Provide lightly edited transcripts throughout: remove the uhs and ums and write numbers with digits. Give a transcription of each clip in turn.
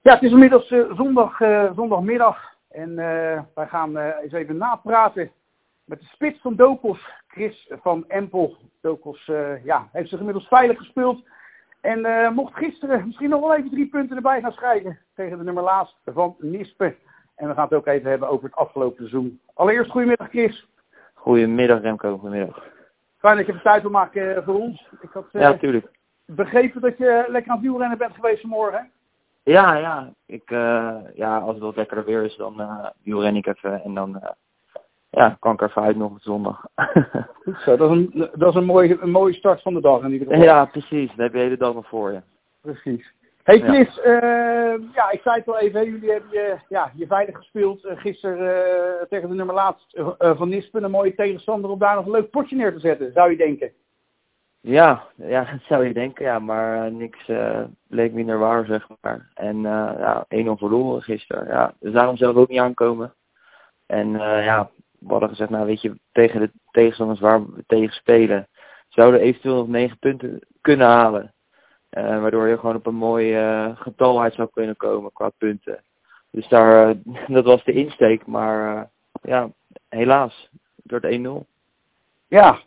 Ja, het is inmiddels zondagmiddag en wij gaan eens even napraten met de spits van Dokos, Chris van Empel. Dokos heeft zich inmiddels veilig gespeeld en mocht gisteren misschien nog wel even 3 punten erbij gaan schrijven tegen de nummer laatst van Nispe. En we gaan het ook even hebben over het afgelopen seizoen. Allereerst goedemiddag Chris. Goedemiddag Remco, goedemiddag. Fijn dat je even tijd wil maken voor ons. Ik had ja, natuurlijk. Begrepen dat je lekker aan het wielrennen bent geweest vanmorgen, hè? Ja. Als het wat lekkerder weer is, dan wielren ik even en dan kan ik er even uit nog op zondag. Goed zo, dat is een mooie start van de dag in ieder geval. Ja, precies. Dan heb je de hele dag nog voor je. Precies. Hey Chris, ik zei het al even, jullie hebben je veilig gespeeld gisteren tegen de nummer laatst van Nispen. Een mooie tegenstander om daar nog een leuk potje neer te zetten, zou je denken. Ja, dat zou je denken, ja, maar niks bleek minder waar, zeg maar. En 1-0 verloren gisteren, ja. Dus daarom zelf ook niet aankomen. En we hadden gezegd, nou weet je, tegen de tegenstanders waar we tegen spelen, zouden eventueel nog 9 punten kunnen halen. Waardoor je gewoon op een mooi getal uit zou kunnen komen qua punten. Dus dat was de insteek, maar helaas, het werd 1-0. Ja.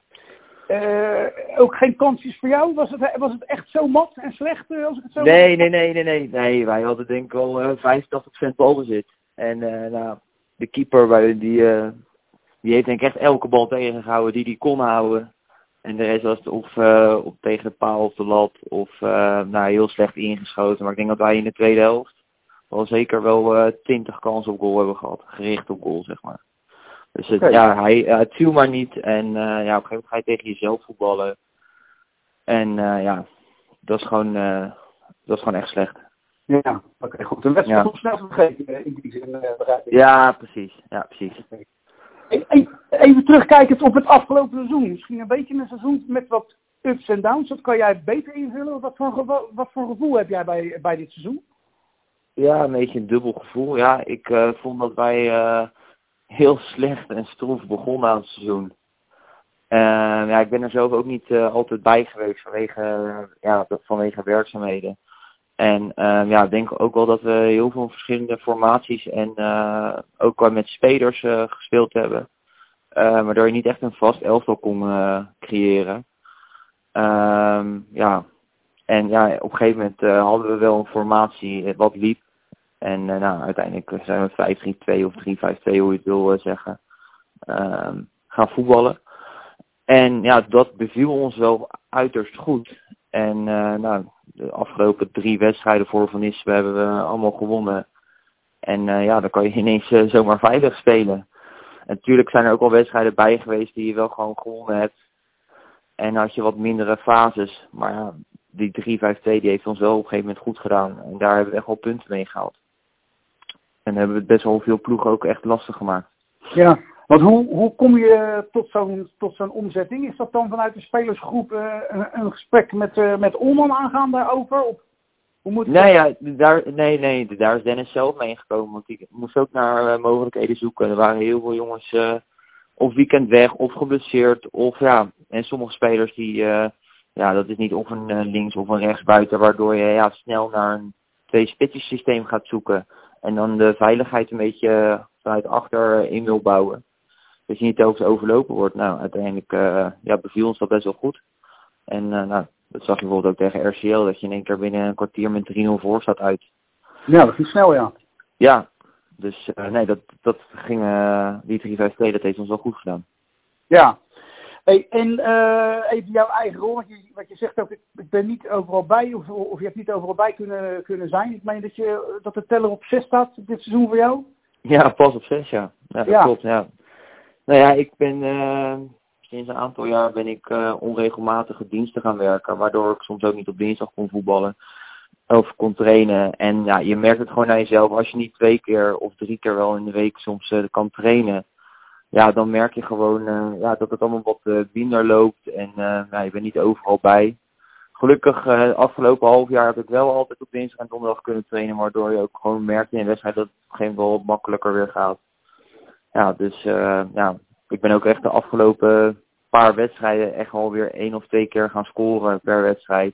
Ook geen kansjes voor jou? Was het echt zo mat en slecht als ik het zo... Nee, wij hadden denk ik al 85% balbezit. En de keeper die heeft denk ik echt elke bal tegengehouden die kon houden. En de rest was het of tegen de paal of de lat of heel slecht ingeschoten. Maar ik denk dat wij in de tweede helft wel zeker wel 20 kansen op goal hebben gehad. Gericht op goal, zeg maar. Dus het viel maar niet. En op een gegeven moment ga je tegen jezelf voetballen. En dat is gewoon echt slecht. Ja, oké, goed. Een wedstrijd om snel te vergeten in die zin, begrijp ik. Ja, precies. Even terugkijkend op het afgelopen seizoen. Misschien een beetje een seizoen met wat ups en downs. Dat kan jij beter invullen. Wat voor gevoel heb jij bij dit seizoen? Ja, een beetje een dubbel gevoel. Ja, ik vond dat wij heel slecht en stroef begonnen aan het seizoen. Ik ben er zelf ook niet altijd bij geweest vanwege werkzaamheden. En ik denk ook wel dat we heel veel verschillende formaties en ook wel met spelers gespeeld hebben. Waardoor je niet echt een vast elftal kon creëren. En op een gegeven moment hadden we wel een formatie wat liep. En uiteindelijk zijn we 5-3-2 of 3-5-2, hoe je het wil zeggen, gaan voetballen. En dat beviel ons wel uiterst goed. En de afgelopen 3 wedstrijden voor Van Nispe hebben we allemaal gewonnen. En dan kan je ineens zomaar veilig spelen. En natuurlijk zijn er ook al wedstrijden bij geweest die je wel gewoon gewonnen hebt. En had je wat mindere fases. Maar die 3-5-2 die heeft ons wel op een gegeven moment goed gedaan. En daar hebben we echt wel punten mee gehaald. En hebben we best wel veel ploegen ook echt lastig gemaakt. Ja, want hoe kom je tot zo'n omzetting? Is dat dan vanuit de spelersgroep een gesprek met Olman aangaan daarover? Of hoe moet het daar is Dennis zelf mee gekomen. Want die moest ook naar mogelijkheden zoeken. Er waren heel veel jongens of weekend weg of geblesseerd. En sommige spelers die, dat is niet of een links of een rechtsbuiten. Waardoor je snel naar een 2-spitsen systeem gaat zoeken. En dan de veiligheid een beetje vanuit achter in wil bouwen. Dus je niet telkens overlopen wordt. Nou, uiteindelijk beviel ons dat best wel goed. En dat zag je bijvoorbeeld ook tegen RCL. Dat je in één keer binnen een kwartier met 3-0 voor staat uit. Ja, dat ging snel, ja. Ja, dus dat ging, die 3-5-2, dat heeft ons wel goed gedaan. Ja. Hey, en even jouw eigen rol, want je zegt ook, ik ben niet overal bij, of je hebt niet overal bij kunnen zijn. Ik meen dat de teller op 6 staat dit seizoen voor jou? Ja, pas op 6, ja. Ja, dat klopt, ja. Nou ja, ik ben sinds een aantal jaar onregelmatige diensten gaan werken, waardoor ik soms ook niet op dinsdag kon voetballen of kon trainen. En je merkt het gewoon aan jezelf, als je niet 2 keer of 3 keer wel in de week soms kan trainen. Ja, dan merk je gewoon dat het allemaal wat minder loopt en je bent niet overal bij. Gelukkig, afgelopen half jaar heb ik wel altijd op dinsdag en donderdag kunnen trainen, waardoor je ook gewoon merkt in een wedstrijd dat het op een gegeven moment wel makkelijker weer gaat. Ja, dus ik ben ook echt de afgelopen paar wedstrijden echt alweer 1 of 2 keer gaan scoren per wedstrijd.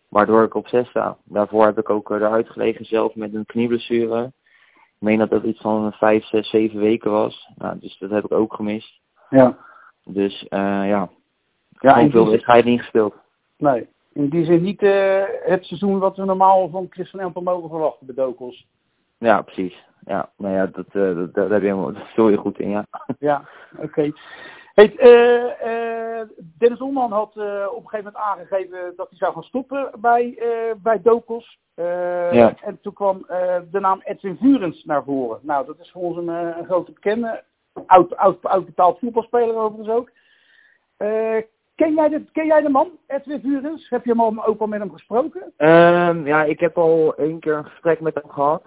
Waardoor ik op 6 sta. Daarvoor heb ik ook eruit gelegen zelf met een knieblessure. Ik meen dat dat iets van 5, 6, 7 weken was. Nou, dus dat heb ik ook gemist. Ja. Dus ja, Ja, veel wedstrijden niet gespeeld. Nee, in die zin niet het seizoen wat we normaal van Chris van Empel mogen verwachten bij Dokos. Ja, precies. Ja, nou ja, daar heb je helemaal, dat vul je goed in, ja. Ja, oké. Hey, Dennis Olman had op een gegeven moment aangegeven dat hij zou gaan stoppen bij Dokos. Ja. En toen kwam de naam Edwin Vurens naar voren. Nou, dat is voor ons een grote bekende. Oud betaald voetbalspeler overigens ook. Ken jij de man, Edwin Vurens? Heb je hem ook al met hem gesproken? Ja, ik heb al 1 keer een gesprek met hem gehad.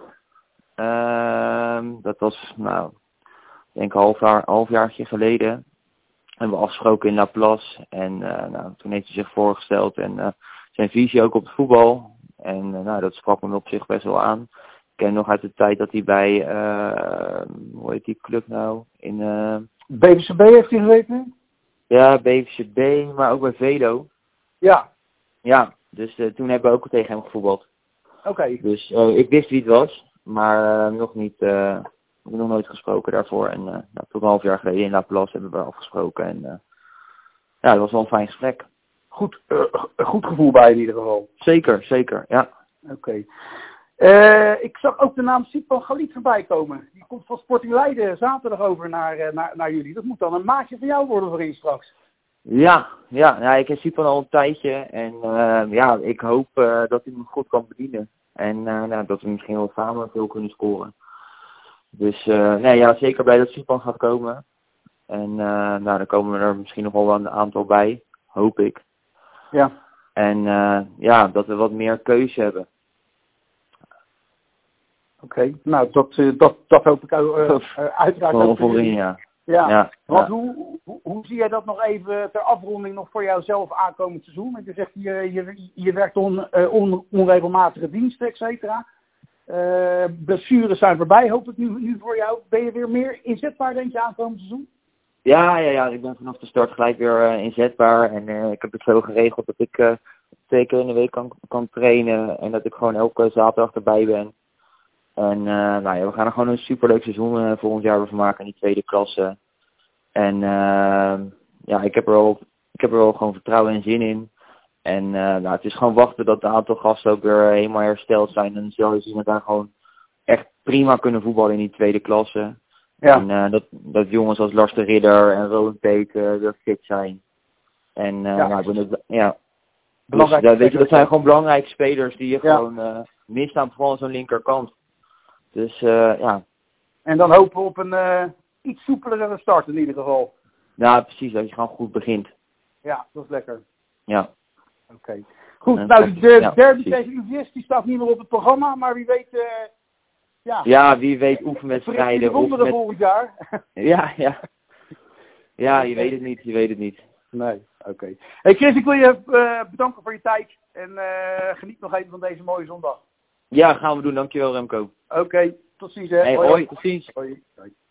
Dat was, nou, ik denk een halfjaartje geleden. Hebben we afgesproken in La Place. En nou, toen heeft hij zich voorgesteld en zijn visie ook op het voetbal. En nou, dat sprak me op zich best wel aan. Ik ken nog uit de tijd dat hij bij, hoe heet die club nou? BVCB heeft hij gezeten? Ja, BVCB, maar ook bij Vedo. Ja. Ja, dus toen hebben we ook tegen hem gevoetbald. Oké. Dus ik wist wie het was, maar nog nooit gesproken daarvoor. En nou, tot een half jaar geleden in La Place hebben we afgesproken. En ja, dat was wel een fijn gesprek. Goed gevoel bij in ieder geval. Zeker, ja. Oké. Ik zag ook de naam Sipan Galit voorbij komen. Die komt van Sporting Leiden zaterdag over naar jullie. Dat moet dan een maatje van jou worden voor straks. Ja, ik ken Sipan al een tijdje. En ja, ik hoop dat hij me goed kan bedienen. En nou, dat we misschien wel samen veel kunnen scoren. Dus nee, ja, zeker blij dat Sipan gaat komen. En nou, dan komen er misschien nog wel een aantal bij. Hoop ik. Ja. En ja, dat we wat meer keuze hebben. Oké, nou dat hoop ik uiteraard ook voor jullie. Ja. Ja. Want hoe zie jij dat nog even ter afronding nog voor jouzelf aankomend seizoen? Want je zegt je werkt onregelmatige diensten, et cetera. Blessures zijn voorbij, hoop ik nu voor jou. Ben je weer meer inzetbaar, denk je, aankomend seizoen? Ja, ik ben vanaf de start gelijk weer inzetbaar. En ik heb het zo geregeld dat ik 2 keer in de week kan trainen. En dat ik gewoon elke zaterdag erbij ben. En nou ja, we gaan er gewoon een superleuk seizoen volgend jaar van maken in die tweede klasse. En ja, ik heb er wel gewoon vertrouwen en zin in. En nou, het is gewoon wachten dat een aantal gasten ook weer helemaal hersteld zijn. En zal je zien dat daar gewoon echt prima kunnen voetballen in die tweede klasse. Ja. En dat jongens als Lars de Ridder en Roland Peter weer fit zijn. En nou, ik ben het, ja. Dus, weet je, dat zijn gewoon belangrijke spelers die je gewoon mist aan vooral zo'n linkerkant. Dus ja. En dan hopen we op een iets soepelere start in ieder geval. Ja, precies. Dat je gewoon goed begint. Ja, dat is lekker. Ja. Oké. Goed, nou de derby tegen UVS die staat niet meer op het programma, maar wie weet... ja, wie weet oefenwedstrijden. Of met... volgend jaar. Ja. Ja, je weet het niet. Nee, oké. Hey Chris, ik wil je bedanken voor je tijd. En geniet nog even van deze mooie zondag. Ja, gaan we doen. Dankjewel Remco. Oké, tot ziens hè. Hey, hoi, tot ziens. Hoi.